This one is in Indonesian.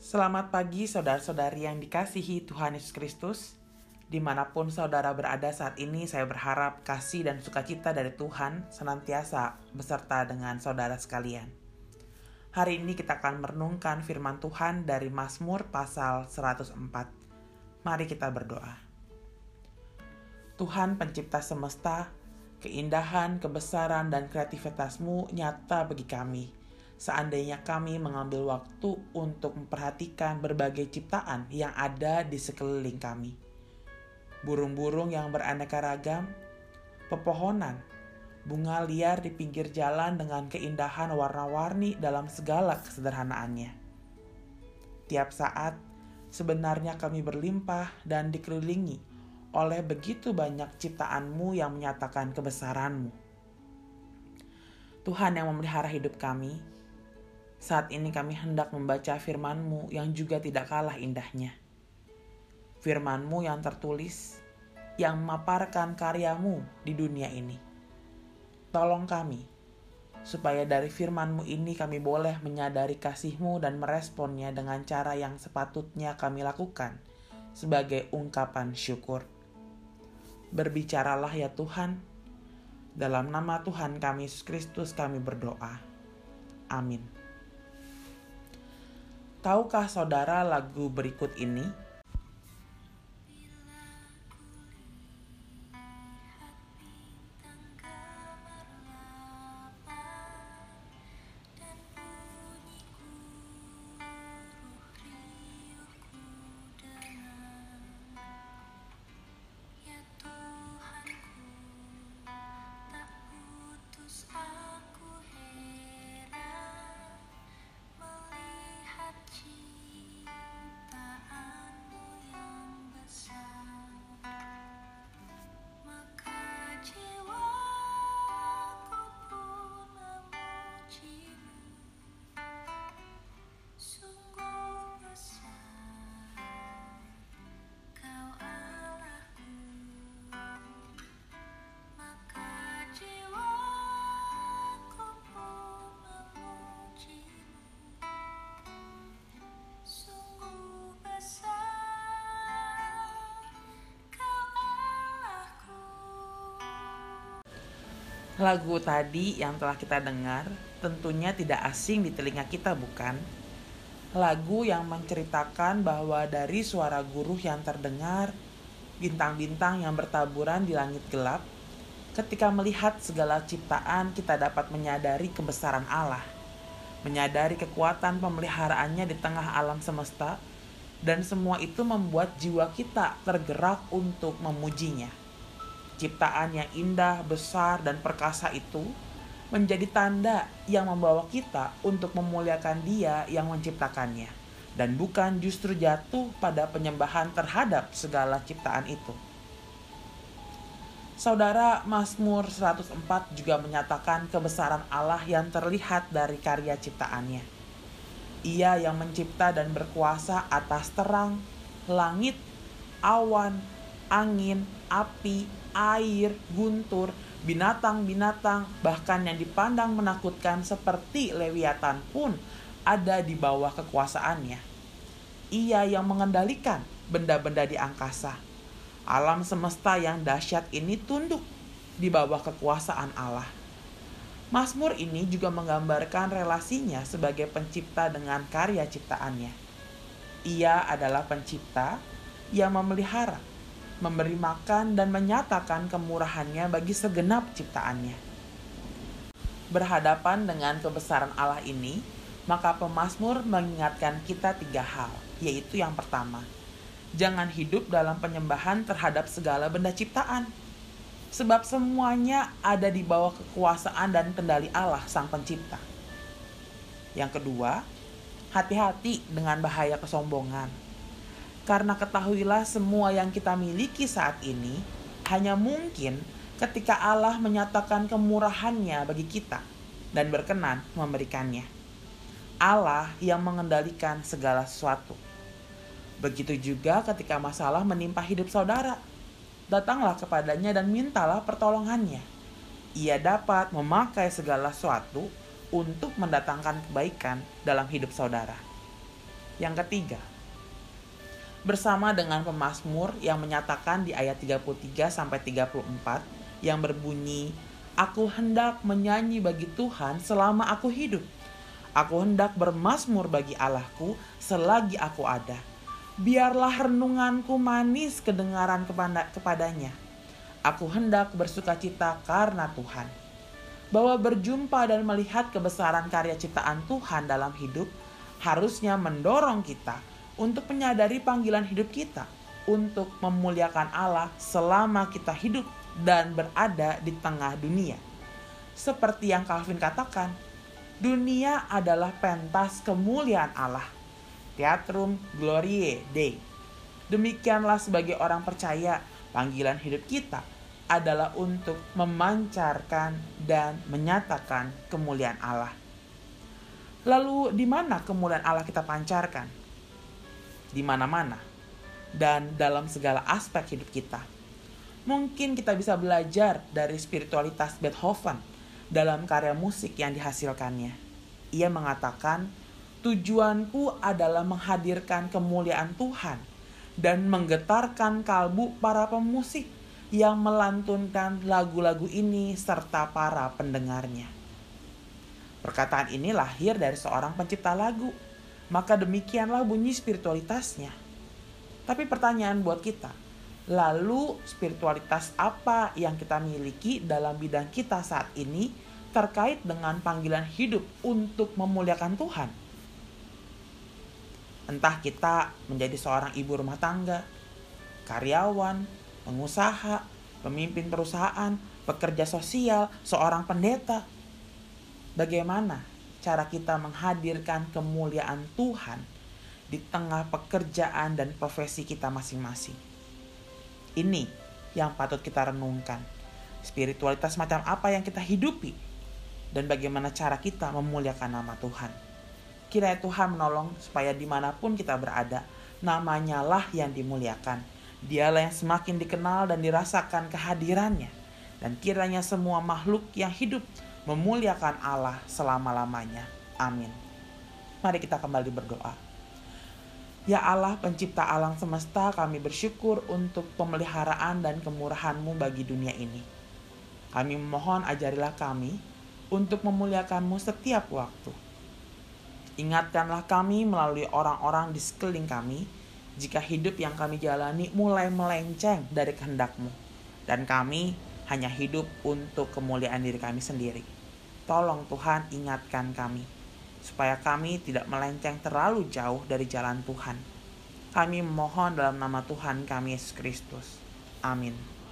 Selamat pagi saudara-saudari yang dikasihi Tuhan Yesus Kristus. Dimanapun saudara berada saat ini, saya berharap kasih dan sukacita dari Tuhan senantiasa beserta dengan saudara sekalian. Hari ini kita akan merenungkan firman Tuhan dari Mazmur pasal 104. Mari kita berdoa. Tuhan pencipta semesta, keindahan, kebesaran, dan kreativitas-Mu nyata bagi kami. Seandainya kami mengambil waktu untuk memperhatikan berbagai ciptaan yang ada di sekeliling kami. Burung-burung yang beraneka ragam, pepohonan, bunga liar di pinggir jalan dengan keindahan warna-warni dalam segala kesederhanaannya. Tiap saat, sebenarnya kami berlimpah dan dikelilingi oleh begitu banyak ciptaan-Mu yang menyatakan kebesaran-Mu. Tuhan yang memelihara hidup kami, saat ini kami hendak membaca firman-Mu yang juga tidak kalah indahnya. Firman-Mu yang tertulis, yang memaparkan karya-Mu di dunia ini. Tolong kami, supaya dari firman-Mu ini kami boleh menyadari kasih-Mu dan meresponnya dengan cara yang sepatutnya kami lakukan sebagai ungkapan syukur. Berbicaralah ya Tuhan, dalam nama Tuhan kami Yesus Kristus kami berdoa. Amin. Tahukah saudara lagu berikut ini? Lagu tadi yang telah kita dengar tentunya tidak asing di telinga kita, bukan? Lagu yang menceritakan bahwa dari suara guruh yang terdengar, bintang-bintang yang bertaburan di langit gelap, ketika melihat segala ciptaan kita dapat menyadari kebesaran Allah, menyadari kekuatan pemeliharaannya di tengah alam semesta, dan semua itu membuat jiwa kita tergerak untuk memujinya. Ciptaan yang indah, besar, dan perkasa itu menjadi tanda yang membawa kita untuk memuliakan Dia yang menciptakannya, dan bukan justru jatuh pada penyembahan terhadap segala ciptaan itu. Saudara, Mazmur 104 juga menyatakan kebesaran Allah yang terlihat dari karya ciptaannya. Ia yang mencipta dan berkuasa atas terang, langit, awan, angin, api, air, guntur, binatang-binatang, bahkan yang dipandang menakutkan seperti Lewiatan pun ada di bawah kekuasaannya. Ia yang mengendalikan benda-benda di angkasa. Alam semesta yang dahsyat ini tunduk di bawah kekuasaan Allah. Mazmur ini juga menggambarkan relasinya sebagai pencipta dengan karya ciptaannya. Ia adalah pencipta yang memelihara, memberi makan dan menyatakan kemurahannya bagi segenap ciptaannya. Berhadapan dengan kebesaran Allah ini, maka pemazmur mengingatkan kita 3 hal, yaitu yang pertama, jangan hidup dalam penyembahan terhadap segala benda ciptaan, sebab semuanya ada di bawah kekuasaan dan kendali Allah Sang Pencipta. Yang kedua, hati-hati dengan bahaya kesombongan. Karena ketahuilah semua yang kita miliki saat ini hanya mungkin ketika Allah menyatakan kemurahannya bagi kita dan berkenan memberikannya. Allah yang mengendalikan segala sesuatu. Begitu juga ketika masalah menimpa hidup saudara. Datanglah kepadanya dan mintalah pertolongannya. Ia dapat memakai segala sesuatu untuk mendatangkan kebaikan dalam hidup saudara. Yang ketiga, bersama dengan pemazmur yang menyatakan di ayat 33-34 yang berbunyi, "Aku hendak menyanyi bagi Tuhan selama aku hidup. Aku hendak bermazmur bagi Allahku selagi aku ada. Biarlah renunganku manis kedengaran kepadanya. Aku hendak bersukacita karena Tuhan." Bahwa berjumpa dan melihat kebesaran karya ciptaan Tuhan dalam hidup harusnya mendorong kita untuk menyadari panggilan hidup kita untuk memuliakan Allah selama kita hidup dan berada di tengah dunia. Seperti yang Calvin katakan, dunia adalah pentas kemuliaan Allah, Theatrum Gloriae Dei. Demikianlah sebagai orang percaya, panggilan hidup kita adalah untuk memancarkan dan menyatakan kemuliaan Allah. Lalu di mana kemuliaan Allah kita pancarkan? Di mana-mana dan dalam segala aspek hidup kita. Mungkin kita bisa belajar dari spiritualitas Beethoven dalam karya musik yang dihasilkannya. Ia mengatakan, "Tujuanku adalah menghadirkan kemuliaan Tuhan dan menggetarkan kalbu para pemusik yang melantunkan lagu-lagu ini serta para pendengarnya." Perkataan ini lahir dari seorang pencipta lagu. Maka demikianlah bunyi spiritualitasnya. Tapi pertanyaan buat kita, lalu spiritualitas apa yang kita miliki dalam bidang kita saat ini terkait dengan panggilan hidup untuk memuliakan Tuhan? Entah kita menjadi seorang ibu rumah tangga, karyawan, pengusaha, pemimpin perusahaan, pekerja sosial, seorang pendeta. Bagaimana cara kita menghadirkan kemuliaan Tuhan di tengah pekerjaan dan profesi kita masing-masing? Ini yang patut kita renungkan. Spiritualitas macam apa yang kita hidupi dan bagaimana cara kita memuliakan nama Tuhan. Kiranya Tuhan menolong supaya dimanapun kita berada, namanya lah yang dimuliakan. Dialah yang semakin dikenal dan dirasakan kehadirannya. Dan kiranya semua makhluk yang hidup memuliakan Allah selama-lamanya. Amin. Mari kita kembali berdoa. Ya Allah, pencipta alam semesta, kami bersyukur untuk pemeliharaan dan kemurahan-Mu bagi dunia ini. Kami memohon ajarilah kami untuk memuliakan-Mu setiap waktu. Ingatkanlah kami melalui orang-orang di sekeliling kami jika hidup yang kami jalani mulai melenceng dari kehendak-Mu. Dan kami hanya hidup untuk kemuliaan diri kami sendiri. Tolong Tuhan ingatkan kami, supaya kami tidak melenceng terlalu jauh dari jalan Tuhan. Kami memohon dalam nama Tuhan kami Yesus Kristus. Amin.